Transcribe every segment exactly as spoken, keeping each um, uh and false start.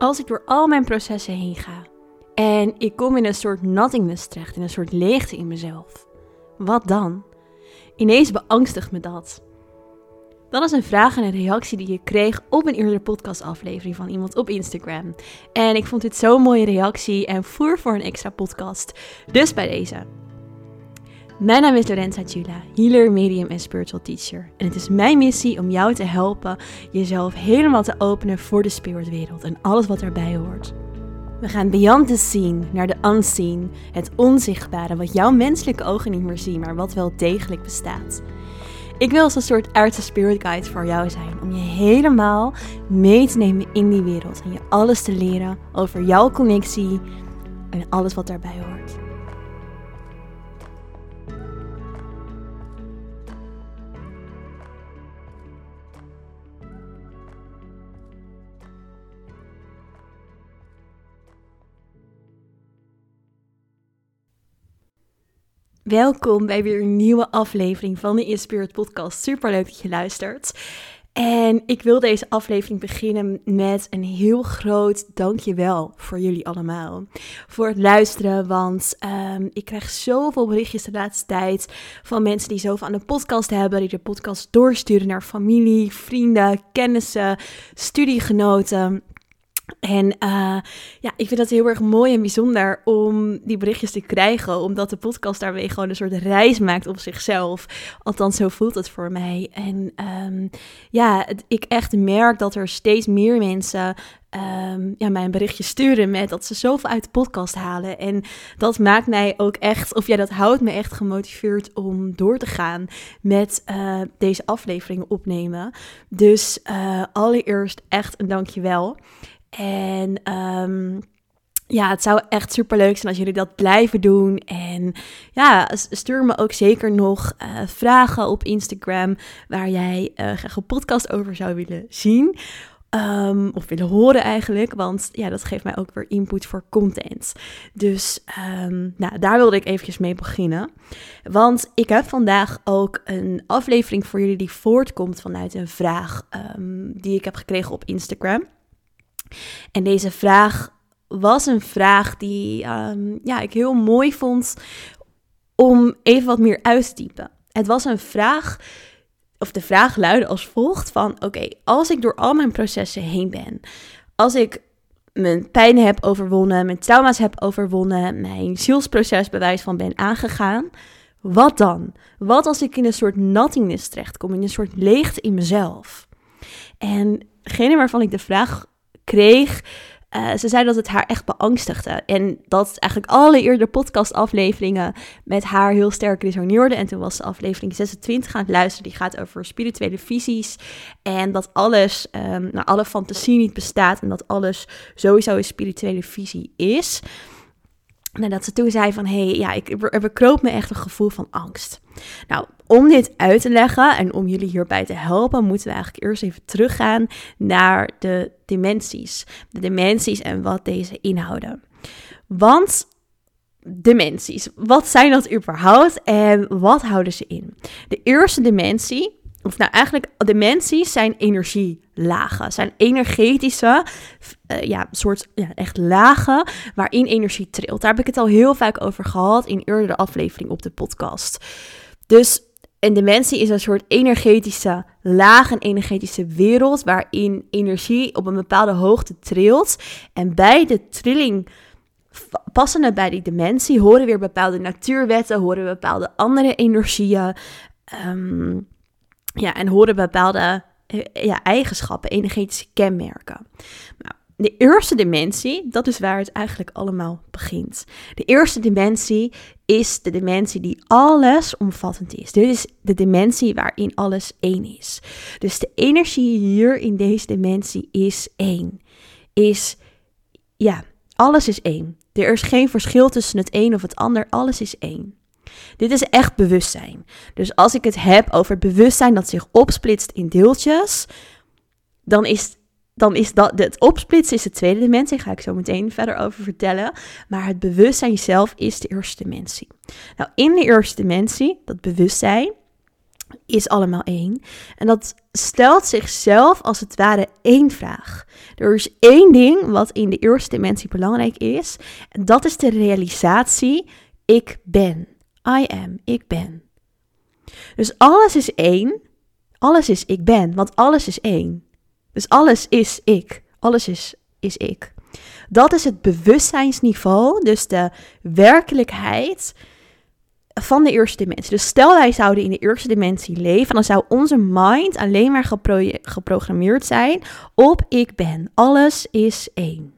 als ik door al mijn processen heen ga en ik kom in een soort nothingness terecht, in een soort leegte in mezelf, wat dan? Ineens beangstigt me dat. Dat is een vraag en een reactie die ik kreeg op een eerdere podcastaflevering van iemand op Instagram. En ik vond dit zo'n mooie reactie en voer voor een extra podcast. Dus bij deze. Mijn naam is Lorenza Jula, healer, medium en spiritual teacher. En het is mijn missie om jou te helpen jezelf helemaal te openen voor de spiritwereld en alles wat erbij hoort. We gaan beyond the seen naar de unseen, het onzichtbare wat jouw menselijke ogen niet meer zien, maar wat wel degelijk bestaat. Ik wil als een soort aardse spirit guide voor jou zijn, om je helemaal mee te nemen in die wereld en je alles te leren over jouw connectie en alles wat daarbij hoort. Welkom bij weer een nieuwe aflevering van de Inspired Podcast. Super leuk dat je luistert. En ik wil deze aflevering beginnen met een heel groot dankjewel voor jullie allemaal. Voor het luisteren, want um, ik krijg zoveel berichtjes de laatste tijd van mensen die zoveel aan de podcast hebben. Die de podcast doorsturen naar familie, vrienden, kennissen, studiegenoten. En uh, ja, ik vind dat heel erg mooi en bijzonder om die berichtjes te krijgen, omdat de podcast daarmee gewoon een soort reis maakt op zichzelf. Althans, zo voelt het voor mij. En um, ja, het, ik echt merk dat er steeds meer mensen um, ja, mij een berichtje sturen met dat ze zoveel uit de podcast halen. En dat maakt mij ook echt, of ja, dat houdt me echt gemotiveerd om door te gaan met uh, deze afleveringen opnemen. Dus uh, allereerst echt een dankjewel. En um, ja, het zou echt super leuk zijn als jullie dat blijven doen. En ja, stuur me ook zeker nog uh, vragen op Instagram waar jij uh, graag een podcast over zou willen zien. Um, of willen horen eigenlijk, want ja, dat geeft mij ook weer input voor content. Dus um, nou, daar wilde ik eventjes mee beginnen. Want ik heb vandaag ook een aflevering voor jullie die voortkomt vanuit een vraag um, die ik heb gekregen op Instagram. En deze vraag was een vraag die um, ja, ik heel mooi vond om even wat meer uit te diepen. Het was een vraag, of de vraag luidde als volgt van, oké, okay, als ik door al mijn processen heen ben, als ik mijn pijn heb overwonnen, mijn trauma's heb overwonnen, mijn zielsproces bewijs van ben aangegaan, wat dan? Wat als ik in een soort nothingness terechtkom, in een soort leegte in mezelf? En degene waarvan ik de vraag kreeg, uh, ze zei dat het haar echt beangstigde. En dat eigenlijk alle eerdere podcastafleveringen met haar heel sterk resoneerden. En toen was de aflevering zesentwintig aan het luisteren. Die gaat over spirituele visies. En dat alles, um, nou, alle fantasie niet bestaat. En dat alles sowieso een spirituele visie is. En dat ze toen zei van, hé, hey, ja, ik, er bekroop me echt een gevoel van angst. Nou, om dit uit te leggen en om jullie hierbij te helpen, moeten we eigenlijk eerst even teruggaan naar de dimensies. De dimensies en wat deze inhouden. Want dimensies, wat zijn dat überhaupt en wat houden ze in? De eerste dimensie, of nou eigenlijk dimensies zijn energielagen, zijn energetische, uh, ja, soort ja, echt lagen waarin energie trilt. Daar heb ik het al heel vaak over gehad in eerdere aflevering op de podcast. Dus een dimensie is een soort energetische laag, een energetische wereld waarin energie op een bepaalde hoogte trilt. En bij de trilling passende bij die dimensie horen weer bepaalde natuurwetten, horen bepaalde andere energieën. Um, Ja, en horen bepaalde ja, eigenschappen, energetische kenmerken. Nou, de eerste dimensie, dat is waar het eigenlijk allemaal begint. De eerste dimensie is de dimensie die alles omvattend is. Dit is de dimensie waarin alles één is. Dus de energie hier in deze dimensie is één. Is, ja, alles is één. Er is geen verschil tussen het een of het ander, alles is één. Dit is echt bewustzijn. Dus als ik het heb over het bewustzijn dat zich opsplitst in deeltjes, dan is, dan is dat, het opsplitsen is de tweede dimensie. Daar ga ik zo meteen verder over vertellen. Maar het bewustzijn zelf is de eerste dimensie. Nou, in de eerste dimensie, dat bewustzijn, is allemaal één. En dat stelt zichzelf als het ware één vraag. Er is één ding wat in de eerste dimensie belangrijk is. En dat is de realisatie, ik ben. I am, ik ben. Dus alles is één. Alles is ik ben, want alles is één. Dus alles is ik. Alles is, is ik. Dat is het bewustzijnsniveau, dus de werkelijkheid van de eerste dimensie. Dus stel wij zouden in de eerste dimensie leven, dan zou onze mind alleen maar gepro- geprogrammeerd zijn op ik ben. Alles is één.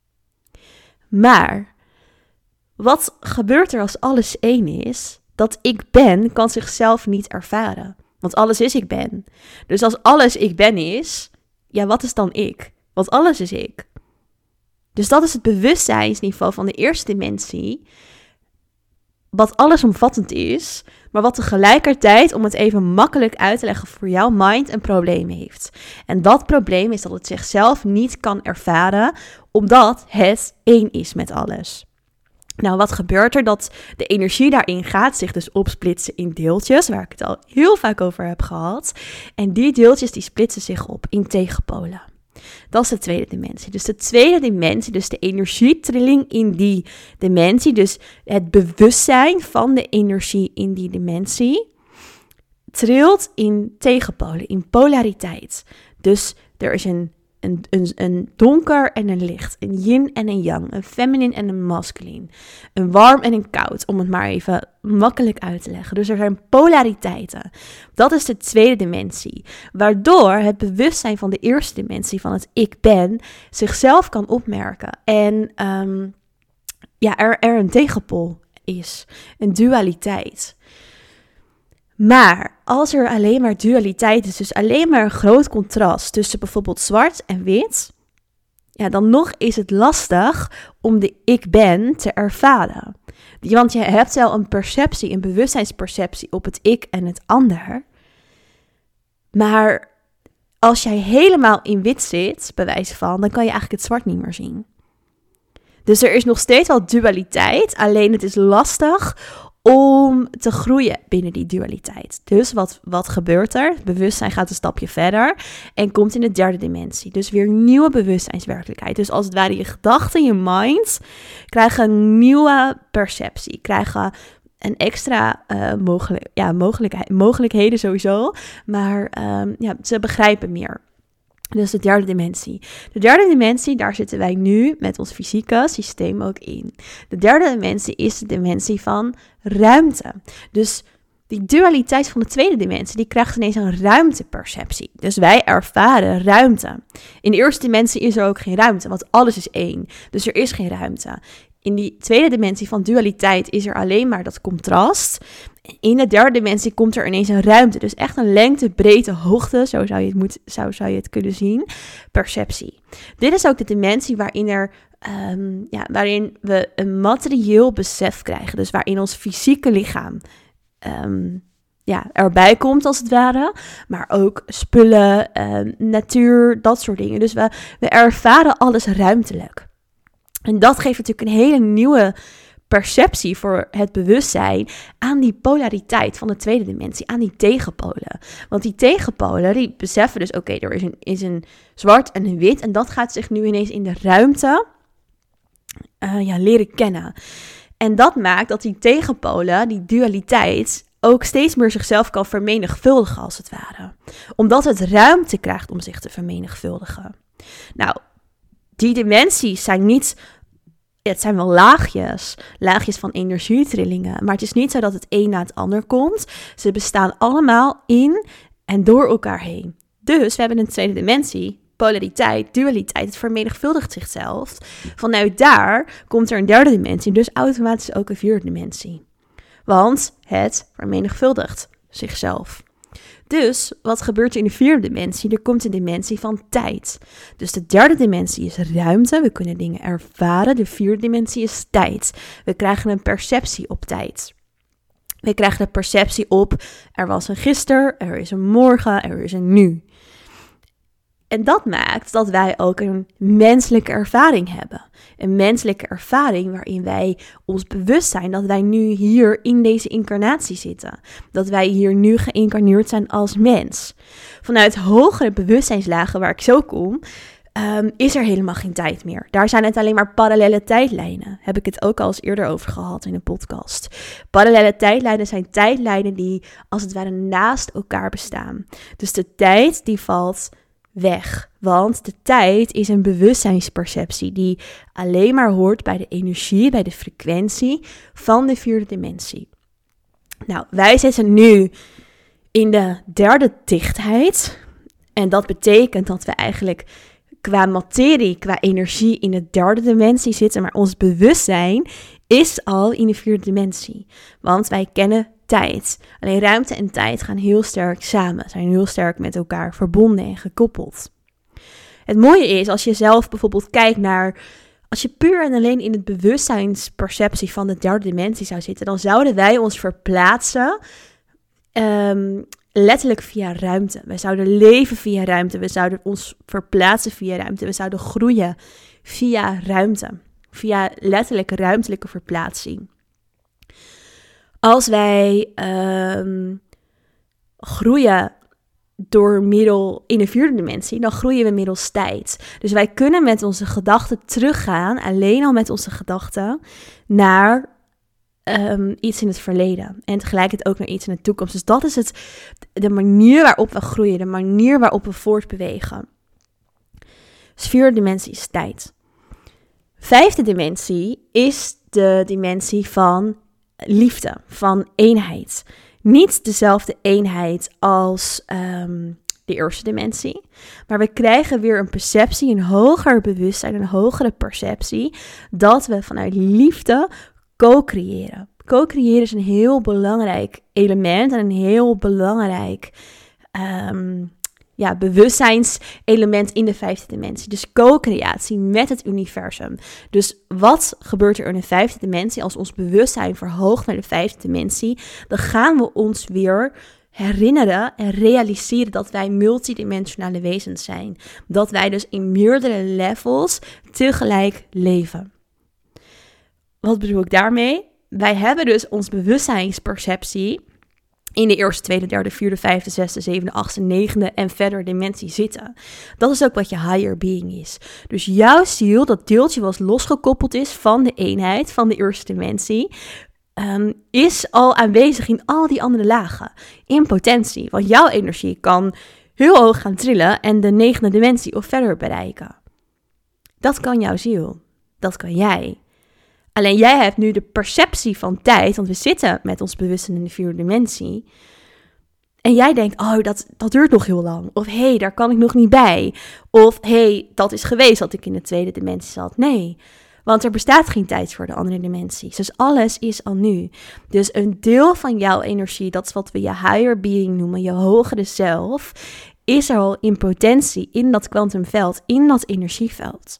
Maar wat gebeurt er als alles één is? Dat ik ben kan zichzelf niet ervaren. Want alles is ik ben. Dus als alles ik ben is, ja, wat is dan ik? Want alles is ik. Dus dat is het bewustzijnsniveau van de eerste dimensie, wat allesomvattend is, maar wat tegelijkertijd, om het even makkelijk uit te leggen voor jouw mind, een probleem heeft. En dat probleem is dat het zichzelf niet kan ervaren, omdat het één is met alles. Nou, wat gebeurt er? Dat de energie daarin gaat zich dus opsplitsen in deeltjes, waar ik het al heel vaak over heb gehad. En die deeltjes die splitsen zich op in tegenpolen. Dat is de tweede dimensie. Dus de tweede dimensie, dus de energietrilling in die dimensie, dus het bewustzijn van de energie in die dimensie, trilt in tegenpolen, in polariteit. Dus er is een, een, een, een donker en een licht, een yin en een yang, een feminine en een masculine, een warm en een koud, om het maar even makkelijk uit te leggen. Dus er zijn polariteiten. Dat is de tweede dimensie, waardoor het bewustzijn van de eerste dimensie, van het ik ben, zichzelf kan opmerken. En um, ja, er, er een tegenpol is, een dualiteit. Maar als er alleen maar dualiteit is, dus alleen maar een groot contrast tussen bijvoorbeeld zwart en wit, ja, dan nog is het lastig om de ik ben te ervaren. Want je hebt wel een perceptie, een bewustzijnsperceptie op het ik en het ander. Maar als jij helemaal in wit zit, bij wijze van, dan kan je eigenlijk het zwart niet meer zien. Dus er is nog steeds wel dualiteit, alleen het is lastig om te groeien binnen die dualiteit. Dus wat, wat gebeurt er? Het bewustzijn gaat een stapje verder en komt in de derde dimensie. Dus weer nieuwe bewustzijnswerkelijkheid. Dus als het ware je gedachten, je mind, krijgen een nieuwe perceptie. Krijgen een extra uh, mogelijk, ja, mogelijkheid, mogelijkheden sowieso. Maar um, ja, ze begrijpen meer. Dus de derde dimensie. De derde dimensie, daar zitten wij nu met ons fysieke systeem ook in. De derde dimensie is de dimensie van ruimte. Dus die dualiteit van de tweede dimensie, die krijgt ineens een ruimteperceptie. Dus wij ervaren ruimte. In de eerste dimensie is er ook geen ruimte, want alles is één. Dus er is geen ruimte. In die tweede dimensie van dualiteit is er alleen maar dat contrast. In de derde dimensie komt er ineens een ruimte. Dus echt een lengte, breedte, hoogte, zo zou je het, moet, zo zou je het kunnen zien, perceptie. Dit is ook de dimensie waarin, er, um, ja, waarin we een materieel besef krijgen. Dus waarin ons fysieke lichaam um, ja, erbij komt als het ware. Maar ook spullen, um, natuur, dat soort dingen. Dus we, we ervaren alles ruimtelijk. En dat geeft natuurlijk een hele nieuwe perceptie voor het bewustzijn aan die polariteit van de tweede dimensie, aan die tegenpolen. Want die tegenpolen, die beseffen dus, oké, okay, er is een, is een zwart en een wit en dat gaat zich nu ineens in de ruimte uh, ja, leren kennen. En dat maakt dat die tegenpolen, die dualiteit, ook steeds meer zichzelf kan vermenigvuldigen als het ware. Omdat het ruimte krijgt om zich te vermenigvuldigen. Nou, die dimensies zijn niet, het zijn wel laagjes, laagjes van energietrillingen, maar het is niet zo dat het een na het ander komt. Ze bestaan allemaal in en door elkaar heen. Dus we hebben een tweede dimensie, polariteit, dualiteit, het vermenigvuldigt zichzelf. Vanuit daar komt er een derde dimensie, dus automatisch ook een vierde dimensie. Want het vermenigvuldigt zichzelf. Dus wat gebeurt er in de vierde dimensie? Er komt een dimensie van tijd. Dus de derde dimensie is ruimte. We kunnen dingen ervaren. De vierde dimensie is tijd. We krijgen een perceptie op tijd. We krijgen de perceptie op, er was een gisteren, er is een morgen, er is een nu. En dat maakt dat wij ook een menselijke ervaring hebben. Een menselijke ervaring waarin wij ons bewust zijn dat wij nu hier in deze incarnatie zitten. Dat wij hier nu geïncarneerd zijn als mens. Vanuit hogere bewustzijnslagen waar ik zo kom, um, is er helemaal geen tijd meer. Daar zijn het alleen maar parallele tijdlijnen. Heb ik het ook al eens eerder over gehad in een podcast. Parallele tijdlijnen zijn tijdlijnen die als het ware naast elkaar bestaan. Dus de tijd die valt weg. Want de tijd is een bewustzijnsperceptie die alleen maar hoort bij de energie, bij de frequentie van de vierde dimensie. Nou, wij zitten nu in de derde dichtheid. En dat betekent dat we eigenlijk qua materie, qua energie in de derde dimensie zitten. Maar ons bewustzijn is al in de vierde dimensie. Want wij kennen tijd. Alleen ruimte en tijd gaan heel sterk samen, zijn heel sterk met elkaar verbonden en gekoppeld. Het mooie is, als je zelf bijvoorbeeld kijkt naar, als je puur en alleen in het bewustzijnsperceptie van de derde dimensie zou zitten, dan zouden wij ons verplaatsen, um, letterlijk via ruimte. We zouden leven via ruimte, we zouden ons verplaatsen via ruimte, we zouden groeien via ruimte, via letterlijk ruimtelijke verplaatsing. Als wij um, groeien door middel in de vierde dimensie, dan groeien we middels tijd. Dus wij kunnen met onze gedachten teruggaan, alleen al met onze gedachten, naar um, iets in het verleden. En tegelijkertijd ook naar iets in de toekomst. Dus dat is het, de manier waarop we groeien, de manier waarop we voortbewegen. Dus vierde dimensie is tijd. Vijfde dimensie is de dimensie van liefde, van eenheid. Niet dezelfde eenheid als um, de eerste dimensie, maar we krijgen weer een perceptie, een hoger bewustzijn, een hogere perceptie, dat we vanuit liefde co-creëren. Co-creëren is een heel belangrijk element en een heel belangrijk um, ja, bewustzijnselement in de vijfde dimensie. Dus co-creatie met het universum. Dus wat gebeurt er in de vijfde dimensie? Als ons bewustzijn verhoogt naar de vijfde dimensie, dan gaan we ons weer herinneren en realiseren dat wij multidimensionale wezens zijn. Dat wij dus in meerdere levels tegelijk leven. Wat bedoel ik daarmee? Wij hebben dus ons bewustzijnsperceptie in de eerste, tweede, derde, vierde, vijfde, zesde, zevende, achtste, negende en verder dimensie zitten. Dat is ook wat je higher being is. Dus jouw ziel, dat deeltje wat losgekoppeld is van de eenheid, van de eerste dimensie, um, is al aanwezig in al die andere lagen. In potentie. Want jouw energie kan heel hoog gaan trillen en de negende dimensie of verder bereiken. Dat kan jouw ziel. Dat kan jij. Alleen jij hebt nu de perceptie van tijd, want we zitten met ons bewustzijn in de vierde dimensie. En jij denkt, oh, dat, dat duurt nog heel lang. Of, hé, hey, daar kan ik nog niet bij. Of, hé, hey, dat is geweest dat ik in de tweede dimensie zat. Nee, want er bestaat geen tijd voor de andere dimensies. Dus alles is al nu. Dus een deel van jouw energie, dat is wat we je higher being noemen, je hogere zelf, is er al in potentie, in dat kwantumveld, in dat energieveld.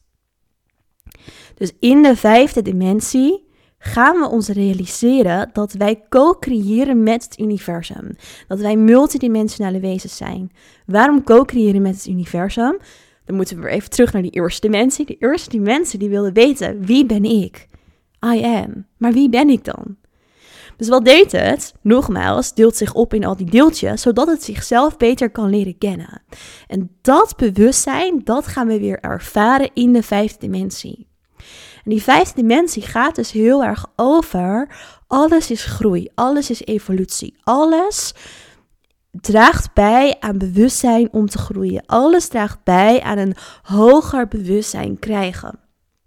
Dus in de vijfde dimensie gaan we ons realiseren dat wij co-creëren met het universum. Dat wij multidimensionale wezens zijn. Waarom co-creëren met het universum? Dan moeten we weer even terug naar die eerste dimensie. De eerste dimensie die wilde weten, wie ben ik? I am. Maar wie ben ik dan? Dus wat deed het? Nogmaals, deelt zich op in al die deeltjes, zodat het zichzelf beter kan leren kennen. En dat bewustzijn, dat gaan we weer ervaren in de vijfde dimensie. En die vijfde dimensie gaat dus heel erg over, alles is groei, alles is evolutie, alles draagt bij aan bewustzijn om te groeien. Alles draagt bij aan een hoger bewustzijn krijgen.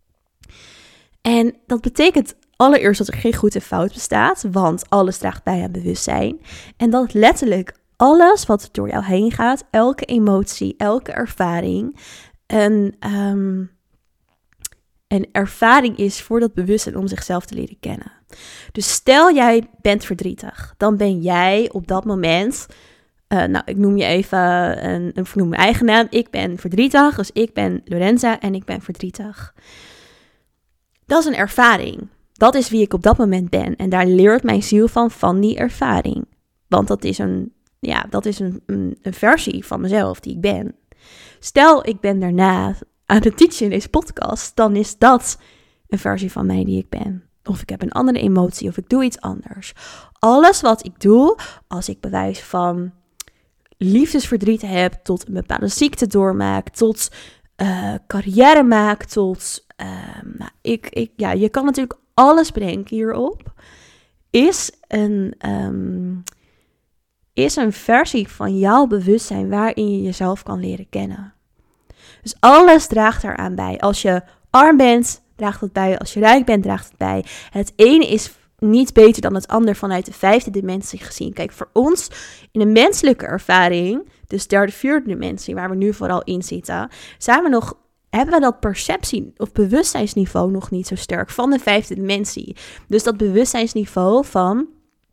En dat betekent allereerst dat er geen goed en fout bestaat, want alles draagt bij aan bewustzijn. En dat letterlijk alles wat door jou heen gaat, elke emotie, elke ervaring, een, um, een ervaring is voor dat bewustzijn om zichzelf te leren kennen. Dus stel jij bent verdrietig, dan ben jij op dat moment, uh, nou ik noem je even, een, een vernoem mijn eigen naam, ik ben verdrietig, dus ik ben Lorenza en ik ben verdrietig. Dat is een ervaring. Dat is wie ik op dat moment ben. En daar leert mijn ziel van, van die ervaring. Want dat is een, ja, dat is een, een, een versie van mezelf die ik ben. stel ik ben daarna aan het teachen in deze podcast, dan is dat een versie van mij die ik ben. Of ik heb een andere emotie, of ik doe iets anders. Alles wat ik doe, als ik bewijs van liefdesverdriet heb, tot een bepaalde ziekte doormaak, tot uh, carrière maak, tot... Uh, nou, ik, ik, ja, je kan natuurlijk alles bedenken hierop. Is een, um, is een versie van jouw bewustzijn waarin je jezelf kan leren kennen. Dus alles draagt daaraan bij. Als je arm bent, draagt het bij. Als je rijk bent, draagt het bij. Het ene is niet beter dan het ander vanuit de vijfde dimensie gezien. Kijk, voor ons in een menselijke ervaring, dus derde, vierde dimensie, waar we nu vooral in zitten, zijn we nog, hebben we dat perceptie of bewustzijnsniveau nog niet zo sterk van de vijfde dimensie. Dus dat bewustzijnsniveau van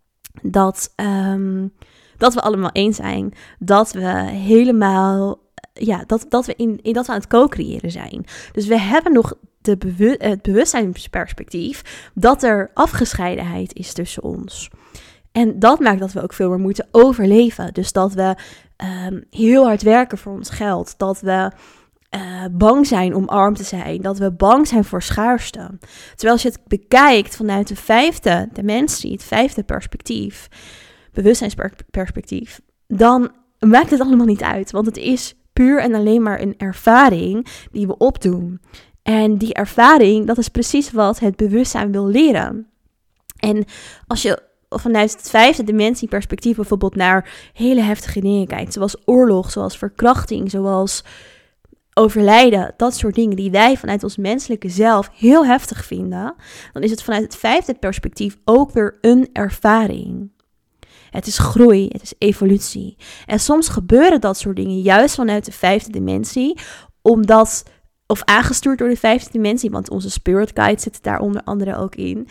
dat, um, dat we allemaal één zijn, dat we helemaal, ja, dat, dat we in, in dat we aan het co-creëren zijn. Dus we hebben nog de bewu- het bewustzijnsperspectief dat er afgescheidenheid is tussen ons. En dat maakt dat we ook veel meer moeten overleven. Dus dat we um, heel hard werken voor ons geld. Dat we uh, bang zijn om arm te zijn. Dat we bang zijn voor schaarste. Terwijl als je het bekijkt vanuit de vijfde dimensie, het vijfde perspectief, bewustzijnsperspectief, dan maakt het allemaal niet uit. Want het is puur en alleen maar een ervaring die we opdoen. En die ervaring, dat is precies wat het bewustzijn wil leren. En als je vanuit het vijfde dimensie perspectief bijvoorbeeld naar hele heftige dingen kijkt, zoals oorlog, zoals verkrachting, zoals overlijden, dat soort dingen die wij vanuit ons menselijke zelf heel heftig vinden, dan is het vanuit het vijfde perspectief ook weer een ervaring. Het is groei, het is evolutie. En soms gebeuren dat soort dingen juist vanuit de vijfde dimensie, omdat, of aangestuurd door de vijfde dimensie, want onze spirit guide zit daar onder andere ook in,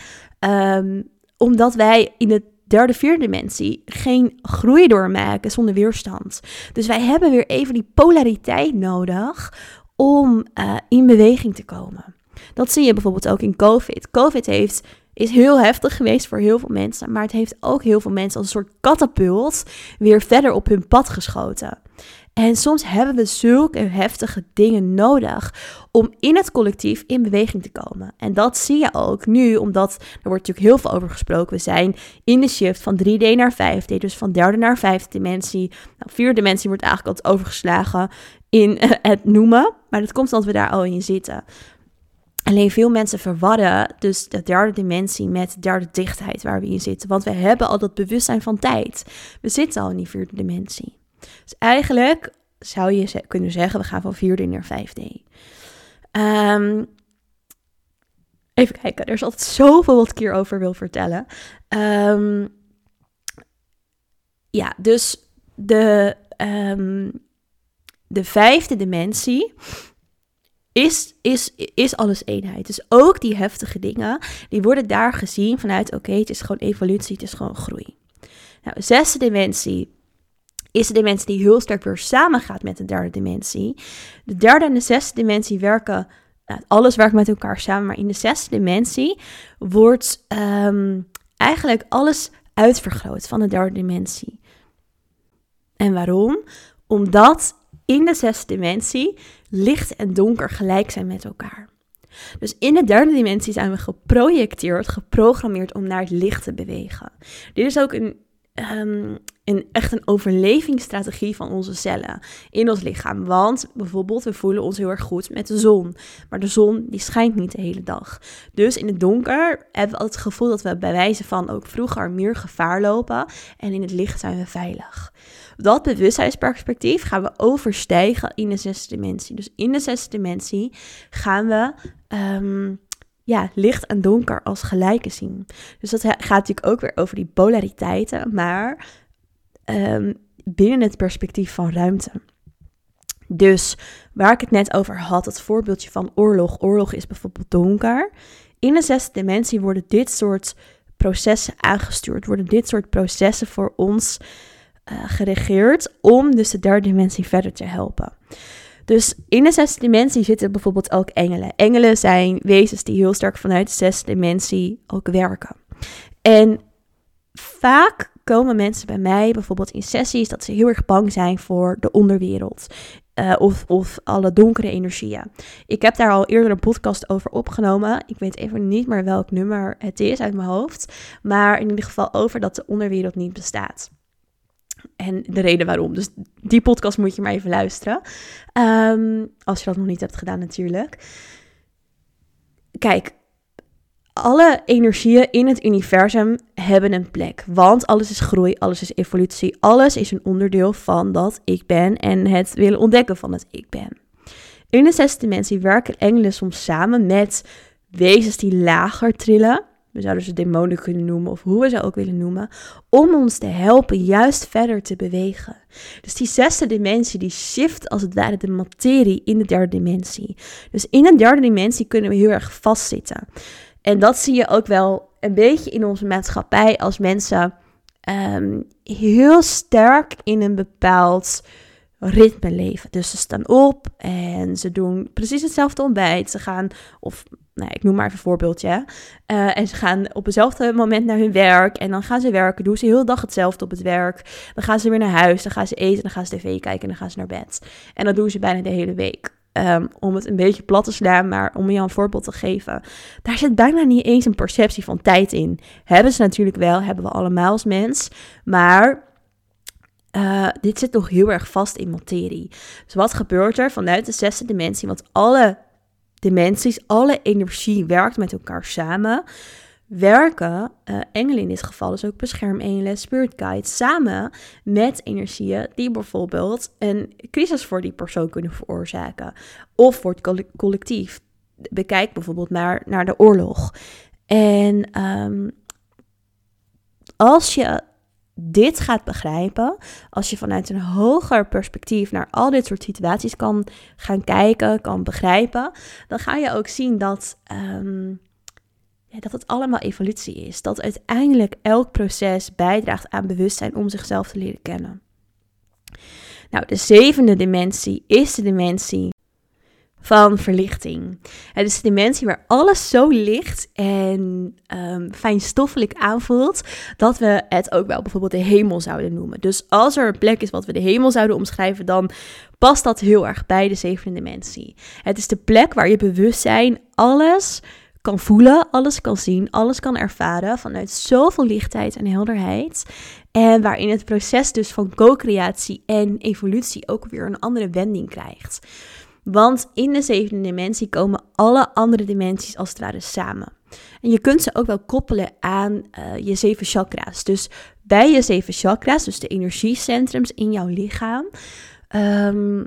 um, omdat wij in de derde, vierde dimensie geen groei doormaken zonder weerstand. Dus wij hebben weer even die polariteit nodig om uh, in beweging te komen. Dat zie je bijvoorbeeld ook in COVID. COVID heeft, is heel heftig geweest voor heel veel mensen, maar het heeft ook heel veel mensen als een soort katapult weer verder op hun pad geschoten. En soms hebben we zulke heftige dingen nodig om in het collectief in beweging te komen. En dat zie je ook nu, omdat er wordt natuurlijk heel veel over gesproken. We zijn in de shift van drie D naar vijf D, dus van derde naar vijfde dimensie. Nou, vierde dimensie wordt eigenlijk altijd overgeslagen in uh, het noemen, maar dat komt omdat we daar al in zitten. Alleen veel mensen verwarren dus de derde dimensie met de derde dichtheid waar we in zitten. Want we hebben al dat bewustzijn van tijd. We zitten al in die vierde dimensie. Dus eigenlijk zou je kunnen zeggen, we gaan van vier D naar vijf D. Um, even kijken, er is altijd zoveel wat ik hierover wil vertellen. Um, ja, dus de, um, de vijfde dimensie is, is, is alles eenheid. Dus ook die heftige dingen, die worden daar gezien vanuit, oké, okay, het is gewoon evolutie, het is gewoon groei. Nou, de zesde dimensie is de dimensie die heel sterk weer samengaat met de derde dimensie. De derde en de zesde dimensie werken, nou, alles werkt met elkaar samen, maar in de zesde dimensie wordt um, eigenlijk alles uitvergroot van de derde dimensie. En waarom? Omdat in de zesde dimensie licht en donker gelijk zijn met elkaar. Dus in de derde dimensie zijn we geprojecteerd, geprogrammeerd om naar het licht te bewegen. Dit is ook een Um, een, echt een overlevingsstrategie van onze cellen in ons lichaam. Want bijvoorbeeld, we voelen ons heel erg goed met de zon. Maar de zon, die schijnt niet de hele dag. Dus in het donker hebben we altijd het gevoel dat we bij wijze van ook vroeger meer gevaar lopen. En in het licht zijn we veilig. Dat bewustzijnsperspectief gaan we overstijgen in de zesde dimensie. Dus in de zesde dimensie gaan we Um, ja, licht en donker als gelijke zien. Dus dat gaat natuurlijk ook weer over die polariteiten, maar um, binnen het perspectief van ruimte. Dus waar ik het net over had, het voorbeeldje van oorlog. Oorlog is bijvoorbeeld donker. In de zesde dimensie worden dit soort processen aangestuurd, worden dit soort processen voor ons uh, geregeerd om dus de derde dimensie verder te helpen. Dus in de zesde dimensie zitten bijvoorbeeld ook engelen. Engelen zijn wezens die heel sterk vanuit de zesde dimensie ook werken. En vaak komen mensen bij mij bijvoorbeeld in sessies dat ze heel erg bang zijn voor de onderwereld. Uh, of, of alle donkere energieën. Ik heb daar al eerder een podcast over opgenomen. Ik weet even niet meer welk nummer het is uit mijn hoofd. Maar in ieder geval over dat de onderwereld niet bestaat. En de reden waarom. Dus die podcast moet je maar even luisteren. Um, als je dat nog niet hebt gedaan natuurlijk. Kijk, alle energieën in het universum hebben een plek. Want alles is groei, alles is evolutie. Alles is een onderdeel van dat ik ben en het willen ontdekken van het ik ben. In de zesde dimensie werken engelen soms samen met wezens die lager trillen. We zouden ze demonen kunnen noemen of hoe we ze ook willen noemen. Om ons te helpen juist verder te bewegen. Dus die zesde dimensie die shift als het ware de materie in de derde dimensie. Dus in de derde dimensie kunnen we heel erg vastzitten. En dat zie je ook wel een beetje in onze maatschappij als mensen um, heel sterk in een bepaald ritme leven. Dus ze staan op en ze doen precies hetzelfde ontbijt. Ze gaan, of nou, ik noem maar even een voorbeeldje. Uh, en ze gaan op hetzelfde moment naar hun werk. En dan gaan ze werken, doen ze heel de dag hetzelfde op het werk. Dan gaan ze weer naar huis, dan gaan ze eten, dan gaan ze tv kijken en dan gaan ze naar bed. En dat doen ze bijna de hele week. Um, om het een beetje plat te slaan, maar om je een voorbeeld te geven. Daar zit bijna niet eens een perceptie van tijd in. Hebben ze natuurlijk wel, hebben we allemaal als mens. Maar uh, dit zit nog heel erg vast in materie. Dus wat gebeurt er vanuit de zesde dimensie? Want alle dimensies, alle energie werkt met elkaar samen. Werken uh, engelen in dit geval, dus ook beschermengelen, spirit guides, samen met energieën die bijvoorbeeld een crisis voor die persoon kunnen veroorzaken. Of voor het collectief. Bekijk bijvoorbeeld naar, naar de oorlog. En um, als je dit gaat begrijpen, als je vanuit een hoger perspectief naar al dit soort situaties kan gaan kijken, kan begrijpen, dan ga je ook zien dat Um, Ja, dat het allemaal evolutie is. Dat uiteindelijk elk proces bijdraagt aan bewustzijn om zichzelf te leren kennen. Nou, de zevende dimensie is de dimensie van verlichting. Het is de dimensie waar alles zo licht en um, fijnstoffelijk aanvoelt, dat we het ook wel bijvoorbeeld de hemel zouden noemen. Dus als er een plek is wat we de hemel zouden omschrijven, dan past dat heel erg bij de zevende dimensie. Het is de plek waar je bewustzijn alles kan voelen, alles kan zien, alles kan ervaren vanuit zoveel lichtheid en helderheid. En waarin het proces dus van co-creatie en evolutie ook weer een andere wending krijgt. Want in de zevende dimensie komen alle andere dimensies als het ware samen. En je kunt ze ook wel koppelen aan uh, je zeven chakra's. Dus bij je zeven chakra's, dus de energiecentrums in jouw lichaam, Um,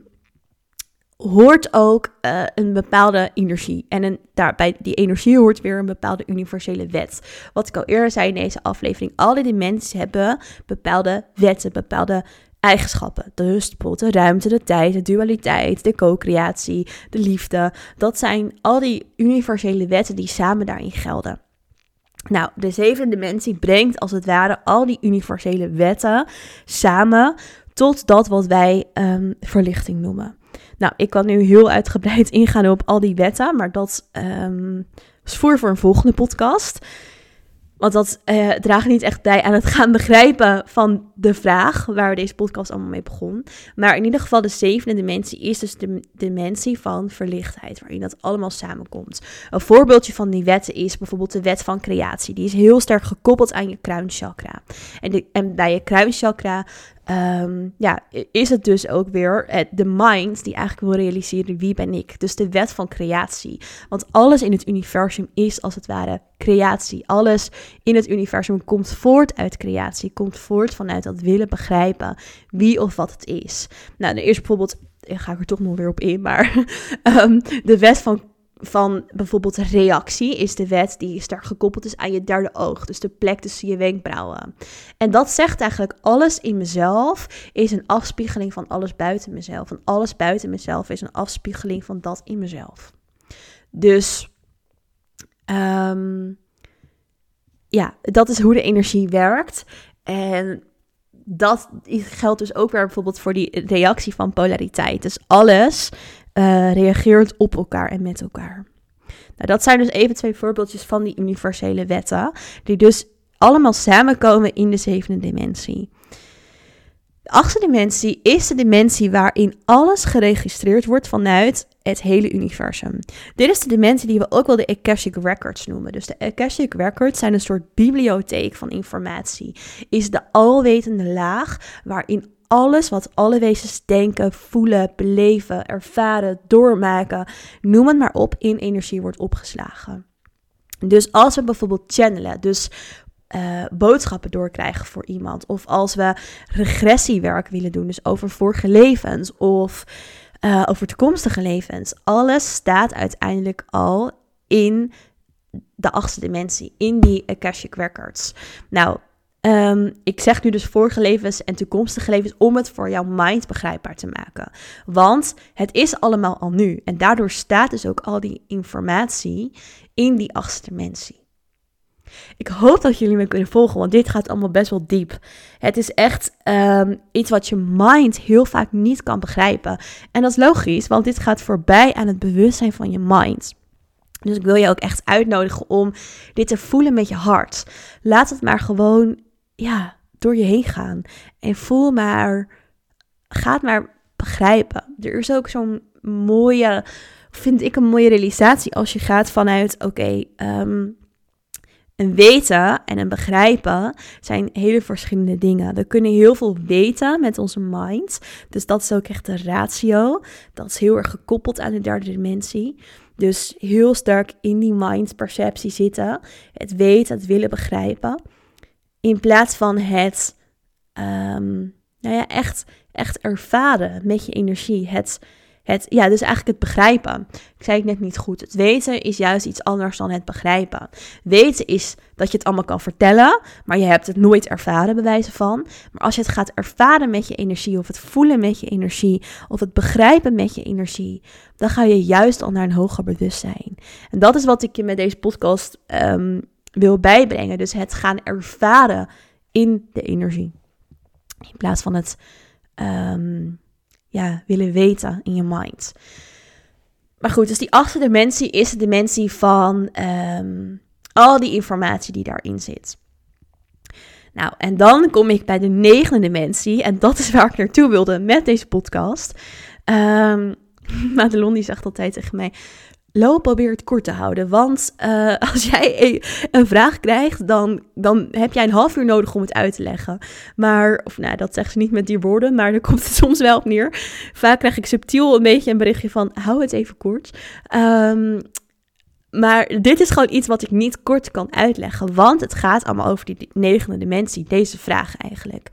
hoort ook uh, een bepaalde energie. En een, daar, bij die energie hoort weer een bepaalde universele wet. Wat ik al eerder zei in deze aflevering, al die dimensies hebben bepaalde wetten, bepaalde eigenschappen. Dus bijvoorbeeld de ruimte, de tijd, de dualiteit, de co-creatie, de liefde. Dat zijn al die universele wetten die samen daarin gelden. Nou, de zevende dimensie brengt als het ware al die universele wetten samen tot dat wat wij um, verlichting noemen. Nou, ik kan nu heel uitgebreid ingaan op al die wetten, maar dat um, is voor voor een volgende podcast. Want dat uh, draagt niet echt bij aan het gaan begrijpen van de vraag waar deze podcast allemaal mee begon. Maar in ieder geval de zevende dimensie is dus de dimensie van verlichtheid, waarin dat allemaal samenkomt. Een voorbeeldje van die wetten is bijvoorbeeld de wet van creatie. Die is heel sterk gekoppeld aan je kruinchakra. En, de, en bij je kruinchakra Um, ja, is het dus ook weer het, de mind die eigenlijk wil realiseren wie ben ik. Dus de wet van creatie. Want alles in het universum is als het ware creatie. Alles in het universum komt voort uit creatie. Komt voort vanuit dat willen begrijpen wie of wat het is. Nou, er is bijvoorbeeld, ga ik er toch nog weer op in, maar um, de wet van Van bijvoorbeeld reactie is de wet die sterk gekoppeld is aan je derde oog. Dus de plek tussen je wenkbrauwen. En dat zegt eigenlijk alles in mezelf is een afspiegeling van alles buiten mezelf. En alles buiten mezelf is een afspiegeling van dat in mezelf. Dus um, ja, dat is hoe de energie werkt. En dat geldt dus ook weer bijvoorbeeld voor die reactie van polariteit. Dus alles Uh, reageert op elkaar en met elkaar. Nou, dat zijn dus even twee voorbeeldjes van die universele wetten, die dus allemaal samenkomen in de zevende dimensie. achtste dimensie is de dimensie waarin alles geregistreerd wordt vanuit het hele universum. Dit is de dimensie die we ook wel de Akashic Records noemen. Dus de Akashic Records zijn een soort bibliotheek van informatie. Is de alwetende laag waarin alles wat alle wezens denken, voelen, beleven, ervaren, doormaken, noem het maar op, in energie wordt opgeslagen. Dus als we bijvoorbeeld channelen, dus Uh, boodschappen doorkrijgen voor iemand. Of als we regressiewerk willen doen, dus over vorige levens of uh, over toekomstige levens. Alles staat uiteindelijk al in de achtste dimensie, in die Akashic Records. Nou, um, ik zeg nu dus vorige levens en toekomstige levens om het voor jouw mind begrijpbaar te maken. Want het is allemaal al nu. En daardoor staat dus ook al die informatie in die achtste dimensie. Ik hoop dat jullie me kunnen volgen, want dit gaat allemaal best wel diep. Het is echt um, iets wat je mind heel vaak niet kan begrijpen. En dat is logisch, want dit gaat voorbij aan het bewustzijn van je mind. Dus ik wil je ook echt uitnodigen om dit te voelen met je hart. Laat het maar gewoon ja, door je heen gaan. En voel maar, ga het maar begrijpen. Er is ook zo'n mooie, vind ik een mooie realisatie als je gaat vanuit, oké, okay, um, een weten en een begrijpen zijn hele verschillende dingen. We kunnen heel veel weten met onze mind. Dus dat is ook echt de ratio. Dat is heel erg gekoppeld aan de derde dimensie. Dus heel sterk in die mind-perceptie zitten. Het weten, het willen begrijpen. In plaats van het um, nou ja, echt, echt ervaren met je energie. Het Het, ja, dus eigenlijk het begrijpen. Ik zei het net niet goed. Het weten is juist iets anders dan het begrijpen. Weten is dat je het allemaal kan vertellen, maar je hebt het nooit ervaren, bij wijze van. Maar als je het gaat ervaren met je energie, of het voelen met je energie, of het begrijpen met je energie, dan ga je juist al naar een hoger bewustzijn. En dat is wat ik je met deze podcast um, wil bijbrengen. Dus het gaan ervaren in de energie. In plaats van het Um, Ja, willen weten in je mind. Maar goed, dus die achtste dimensie is de dimensie van um, al die informatie die daarin zit. Nou, en dan kom ik bij de negende dimensie. En dat is waar ik naartoe wilde met deze podcast. Um, Madelon die zegt altijd tegen mij, Lo, probeer het kort te houden. Want uh, als jij een vraag krijgt, dan, dan heb jij een half uur nodig om het uit te leggen. Maar, of nou, dat zegt ze niet met die woorden, maar daar komt het soms wel op neer. Vaak krijg ik subtiel een beetje een berichtje van, hou het even kort. Um, maar dit is gewoon iets wat ik niet kort kan uitleggen. Want het gaat allemaal over die negende dimensie, deze vraag eigenlijk.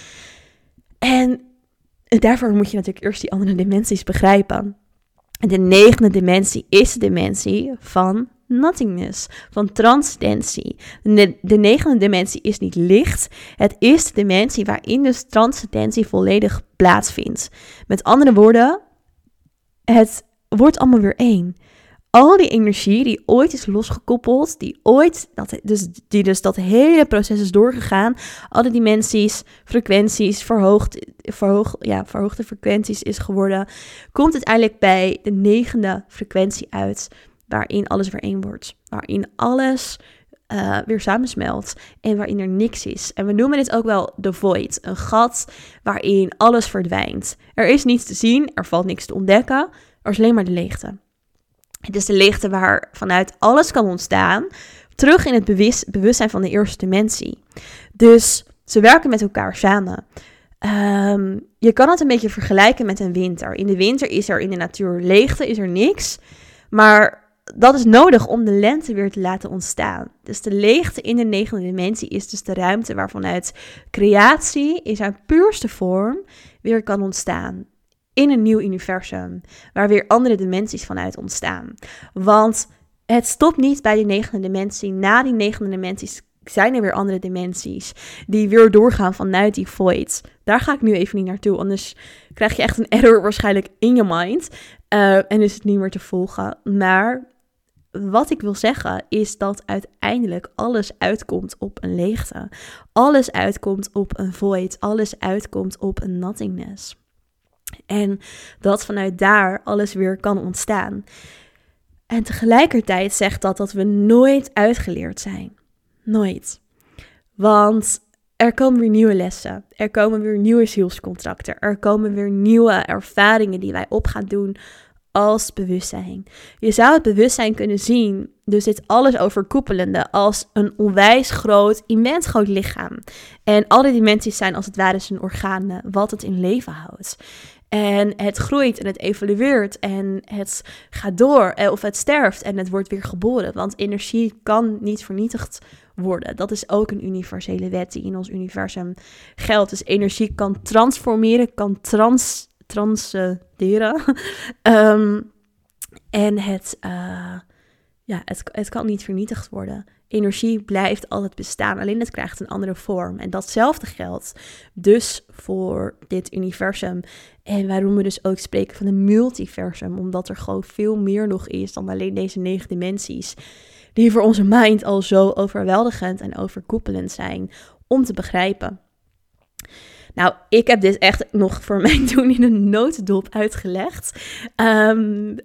En daarvoor moet je natuurlijk eerst die andere dimensies begrijpen. En de negende dimensie is de dimensie van nothingness, van transcendentie. De, de negende dimensie is niet licht. Het is de dimensie waarin dus transcendentie volledig plaatsvindt. Met andere woorden, het wordt allemaal weer één. Al die energie die ooit is losgekoppeld, die ooit, dat, dus, die dus dat hele proces is doorgegaan, alle dimensies, frequenties, verhoogd, verhoog, ja, verhoogde frequenties is geworden, komt uiteindelijk bij de negende frequentie uit, waarin alles weer één wordt. Waarin alles uh, weer samensmelt en waarin er niks is. En we noemen dit ook wel de void, een gat waarin alles verdwijnt. Er is niets te zien, er valt niks te ontdekken, er is alleen maar de leegte. Het is de leegte waar vanuit alles kan ontstaan, terug in het bewust, bewustzijn van de eerste dimensie. Dus ze werken met elkaar samen. Um, je kan het een beetje vergelijken met een winter. In de winter is er in de natuur leegte, is er niks. Maar dat is nodig om de lente weer te laten ontstaan. Dus de leegte in de negende dimensie is dus de ruimte waarvanuit creatie in zijn puurste vorm weer kan ontstaan. In een nieuw universum, waar weer andere dimensies vanuit ontstaan. Want het stopt niet bij die negende dimensie. Na die negende dimensies zijn er weer andere dimensies die weer doorgaan vanuit die void. Daar ga ik nu even niet naartoe, anders krijg je echt een error waarschijnlijk in je mind. Uh, en is het niet meer te volgen. Maar wat ik wil zeggen is dat uiteindelijk alles uitkomt op een leegte. Alles uitkomt op een void. Alles uitkomt op een nothingness. En dat vanuit daar alles weer kan ontstaan. En tegelijkertijd zegt dat dat we nooit uitgeleerd zijn. Nooit. Want er komen weer nieuwe lessen. Er komen weer nieuwe zielscontracten. Er komen weer nieuwe ervaringen die wij op gaan doen als bewustzijn. Je zou het bewustzijn kunnen zien, dus dit alles overkoepelende, als een onwijs groot, immens groot lichaam. En alle dimensies zijn als het ware zijn organen, wat het in leven houdt. En het groeit en het evolueert en het gaat door of het sterft en het wordt weer geboren. Want energie kan niet vernietigd worden. Dat is ook een universele wet die in ons universum geldt. Dus energie kan transformeren, kan trans, transcenderen. um, en het, uh, ja, het, het kan niet vernietigd worden. Energie blijft altijd bestaan, alleen het krijgt een andere vorm. En datzelfde geldt dus voor dit universum. En waarom we dus ook spreken van een multiversum, omdat er gewoon veel meer nog is dan alleen deze negen dimensies, die voor onze mind al zo overweldigend en overkoepelend zijn om te begrijpen. Nou, ik heb dit echt nog voor mijn doen in een notendop uitgelegd. Um,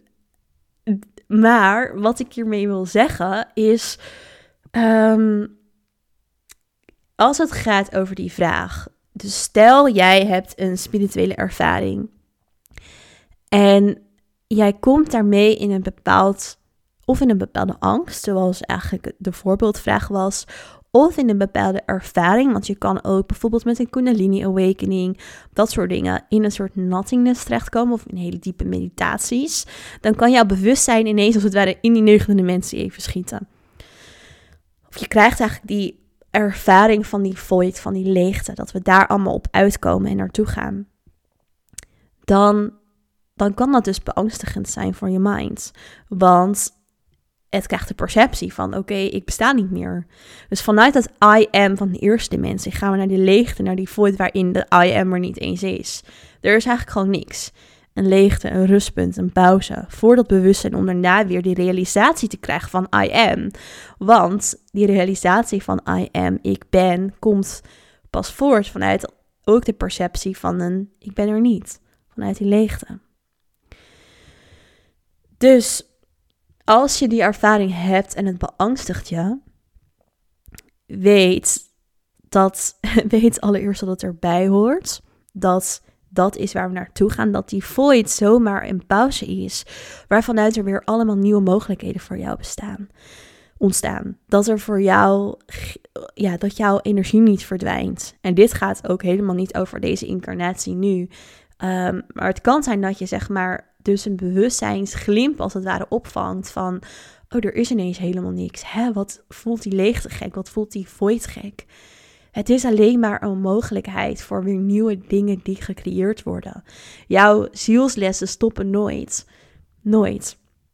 maar wat ik hiermee wil zeggen is, Um, als het gaat over die vraag, dus stel jij hebt een spirituele ervaring en jij komt daarmee in een bepaald, of in een bepaalde angst, zoals eigenlijk de voorbeeldvraag was, of in een bepaalde ervaring, want je kan ook bijvoorbeeld met een Kundalini Awakening, dat soort dingen, in een soort nothingness terechtkomen of in hele diepe meditaties, dan kan jouw bewustzijn ineens als het ware in die negende dimensie even schieten. Of je krijgt eigenlijk die ervaring van die void, van die leegte, dat we daar allemaal op uitkomen en naartoe gaan. Dan, dan kan dat dus beangstigend zijn voor je mind. Want het krijgt de perceptie van, oké, okay, ik besta niet meer. Dus vanuit dat I am van de eerste dimensie gaan we naar die leegte, naar die void waarin de I am er niet eens is. Er is eigenlijk gewoon niks. Een leegte, een rustpunt, een pauze. Voor dat bewustzijn om daarna weer die realisatie te krijgen van I am. Want die realisatie van I am, ik ben, komt pas voort vanuit ook de perceptie van een ik ben er niet. Vanuit die leegte. Dus als je die ervaring hebt en het beangstigt je, weet dat, weet allereerst dat het erbij hoort. Dat dat is waar we naartoe gaan, dat die void zomaar een pauze is, waarvanuit er weer allemaal nieuwe mogelijkheden voor jou bestaan, ontstaan. Dat er voor jou, ja, dat jouw energie niet verdwijnt. En dit gaat ook helemaal niet over deze incarnatie nu. Um, maar het kan zijn dat je zeg maar dus een bewustzijnsglimp als het ware opvangt van, oh, er is ineens helemaal niks. Hè, wat voelt die leegte gek? Wat voelt die void gek? Het is alleen maar een mogelijkheid voor weer nieuwe dingen die gecreëerd worden. Jouw zielslessen stoppen nooit. Nooit.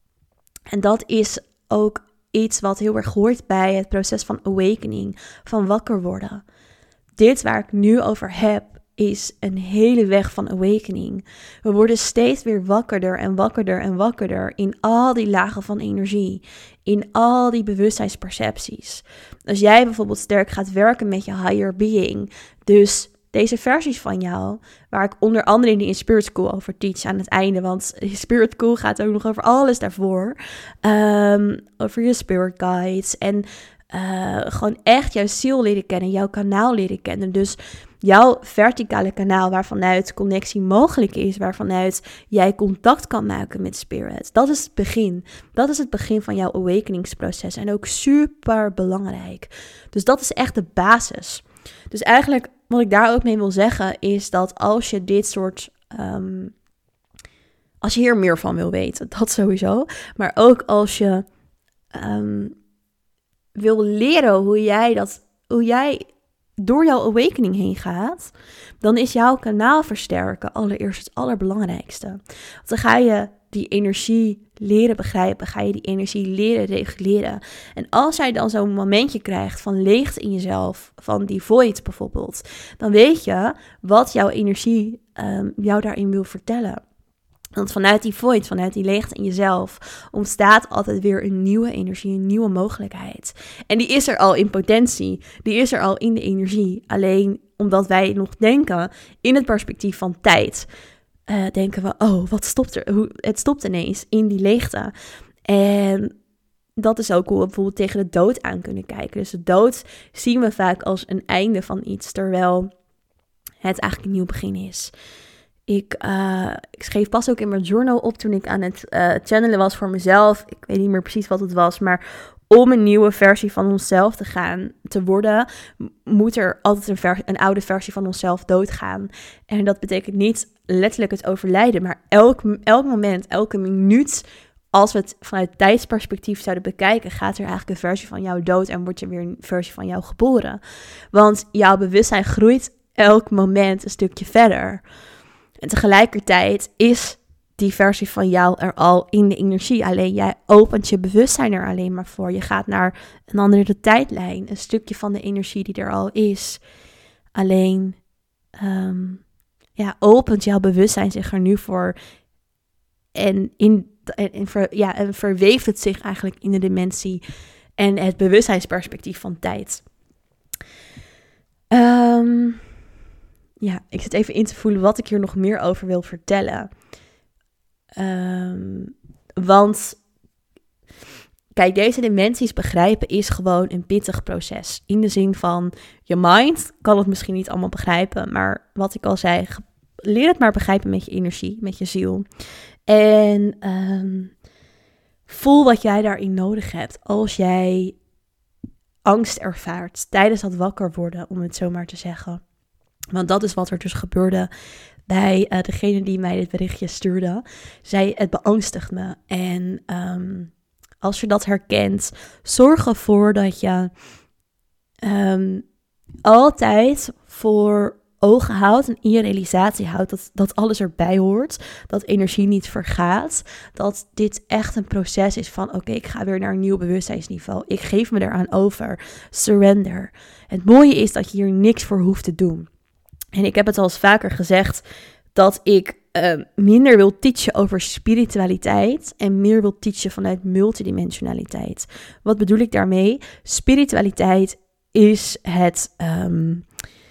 En dat is ook iets wat heel erg hoort bij het proces van awakening, van wakker worden. Dit waar ik nu over heb, is een hele weg van awakening. We worden steeds weer wakkerder en wakkerder en wakkerder in al die lagen van energie, in al die bewustzijnspercepties. Als jij bijvoorbeeld sterk gaat werken met je higher being, dus deze versies van jou, waar ik onder andere in de Spirit School over teach aan het einde, want Spirit School gaat ook nog over alles daarvoor, um, over je spirit guides en uh, gewoon echt jouw ziel leren kennen, jouw kanaal leren kennen. Dus jouw verticale kanaal waarvanuit connectie mogelijk is, waarvanuit jij contact kan maken met spirit. Dat is het begin. Dat is het begin van jouw awakeningsproces en ook super belangrijk. Dus dat is echt de basis. Dus eigenlijk wat ik daar ook mee wil zeggen is dat als je dit soort, um, als je hier meer van wil weten, dat sowieso, maar ook als je um, wil leren hoe jij dat, hoe jij door jouw awakening heen gaat, dan is jouw kanaal versterken allereerst het allerbelangrijkste. Want dan ga je die energie leren begrijpen, ga je die energie leren reguleren. En als jij dan zo'n momentje krijgt van leegte in jezelf, van die void bijvoorbeeld, dan weet je wat jouw energie um, jou daarin wil vertellen. Want vanuit die void, vanuit die leegte in jezelf, ontstaat altijd weer een nieuwe energie, een nieuwe mogelijkheid. En die is er al in potentie, die is er al in de energie. Alleen omdat wij nog denken in het perspectief van tijd, uh, denken we, oh, wat stopt er? Hoe, het stopt ineens in die leegte. En dat is ook hoe we bijvoorbeeld tegen de dood aan kunnen kijken. Dus de dood zien we vaak als een einde van iets, terwijl het eigenlijk een nieuw begin is. Ik, uh, ik schreef pas ook in mijn journal op toen ik aan het uh, channelen was voor mezelf. Ik weet niet meer precies wat het was, maar om een nieuwe versie van onszelf te gaan, te worden, moet er altijd een, vers- een oude versie van onszelf doodgaan. En dat betekent niet letterlijk het overlijden, maar elk, elk moment, elke minuut, als we het vanuit tijdsperspectief zouden bekijken, gaat er eigenlijk een versie van jou dood en wordt er weer een versie van jou geboren. Want jouw bewustzijn groeit elk moment een stukje verder. En tegelijkertijd is die versie van jou er al in de energie. Alleen jij opent je bewustzijn er alleen maar voor. Je gaat naar een andere tijdlijn. Een stukje van de energie die er al is. Alleen um, ja, opent jouw bewustzijn zich er nu voor. En, in, en, en, ver, ja, en verweeft het zich eigenlijk in de dimensie en het bewustzijnsperspectief van tijd. Um, ja, ik zit even in te voelen wat ik hier nog meer over wil vertellen. Um, want, kijk, deze dimensies begrijpen is gewoon een pittig proces. In de zin van, je mind kan het misschien niet allemaal begrijpen, maar wat ik al zei, leer het maar begrijpen met je energie, met je ziel. En um, voel wat jij daarin nodig hebt als jij angst ervaart tijdens dat wakker worden, om het zo maar te zeggen. Want dat is wat er dus gebeurde bij uh, degene die mij dit berichtje stuurde. Zij, het beangstigt me. En um, als je dat herkent, zorg ervoor dat je um, altijd voor ogen houdt en in je realisatie houdt dat, dat alles erbij hoort. Dat energie niet vergaat. Dat dit echt een proces is van oké, okay, ik ga weer naar een nieuw bewustzijnsniveau. Ik geef me eraan over. Surrender. Het mooie is dat je hier niks voor hoeft te doen. En ik heb het al eens vaker gezegd dat ik uh, minder wil teachen over spiritualiteit en meer wil teachen vanuit multidimensionaliteit. Wat bedoel ik daarmee? Spiritualiteit is het, um,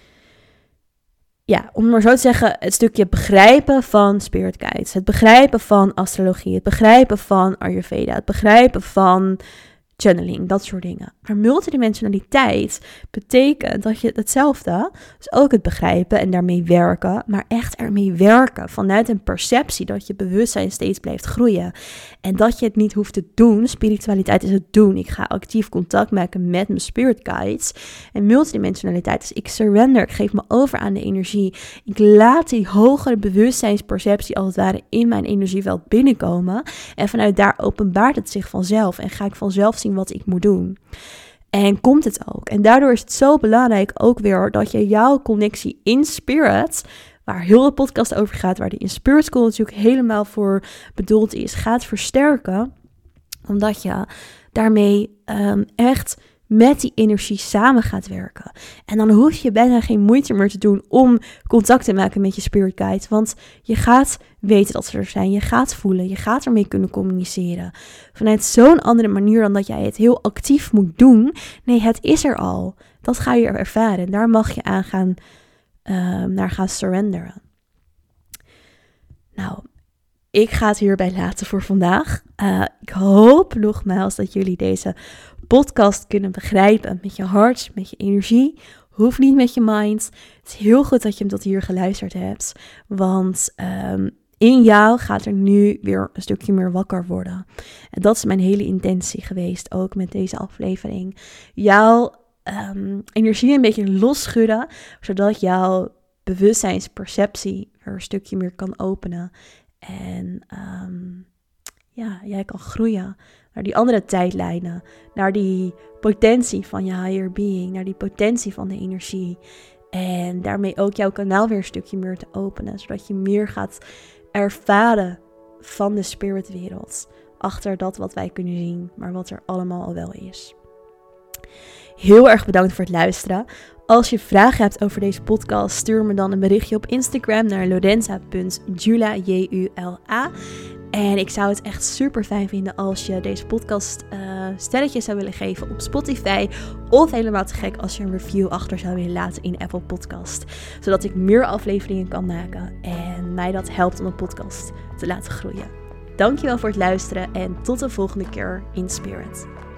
ja, om maar zo te zeggen, het stukje begrijpen van spirit guides. Het begrijpen van astrologie, het begrijpen van Ayurveda, het begrijpen van channeling, dat soort dingen. Maar multidimensionaliteit betekent dat je hetzelfde, dus ook het begrijpen en daarmee werken, maar echt ermee werken vanuit een perceptie dat je bewustzijn steeds blijft groeien. En dat je het niet hoeft te doen. Spiritualiteit is het doen. Ik ga actief contact maken met mijn spirit guides. En multidimensionaliteit is ik surrender, ik geef me over aan de energie. Ik laat die hogere bewustzijnsperceptie als het ware in mijn energieveld binnenkomen. En vanuit daar openbaart het zich vanzelf en ga ik vanzelf zien wat ik moet doen. En komt het ook. En daardoor is het zo belangrijk ook weer dat je jouw connectie in spirit, waar heel de podcast over gaat, waar de In Spirit School natuurlijk helemaal voor bedoeld is, gaat versterken. Omdat je daarmee um, echt met die energie samen gaat werken. En dan hoef je bijna geen moeite meer te doen om contact te maken met je spirit guide. Want je gaat weten dat ze er zijn. Je gaat voelen. Je gaat ermee kunnen communiceren. Vanuit zo'n andere manier dan dat jij het heel actief moet doen. Nee, het is er al. Dat ga je ervaren. Daar mag je aan gaan, uh, naar gaan surrenderen. Nou, ik ga het hierbij laten voor vandaag. Uh, ik hoop nogmaals dat jullie deze podcast kunnen begrijpen met je hart, met je energie. Hoeft niet met je mind. Het is heel goed dat je hem tot hier geluisterd hebt. Want um, in jou gaat er nu weer een stukje meer wakker worden. En dat is mijn hele intentie geweest, ook met deze aflevering. Jouw um, energie een beetje losschudden, zodat jouw bewustzijnsperceptie er een stukje meer kan openen. En um, ja, jij kan groeien naar die andere tijdlijnen, naar die potentie van je higher being, naar die potentie van de energie. En daarmee ook jouw kanaal weer een stukje meer te openen, zodat je meer gaat ervaren van de spiritwereld. Achter dat wat wij kunnen zien, maar wat er allemaal al wel is. Heel erg bedankt voor het luisteren. Als je vragen hebt over deze podcast, stuur me dan een berichtje op Instagram naar lorenza punt jula, J U L A. En ik zou het echt super fijn vinden als je deze podcast uh, sterretjes zou willen geven op Spotify. Of helemaal te gek als je een review achter zou willen laten in Apple Podcast. Zodat ik meer afleveringen kan maken. En mij dat helpt om de podcast te laten groeien. Dankjewel voor het luisteren en tot de volgende keer in Spirit.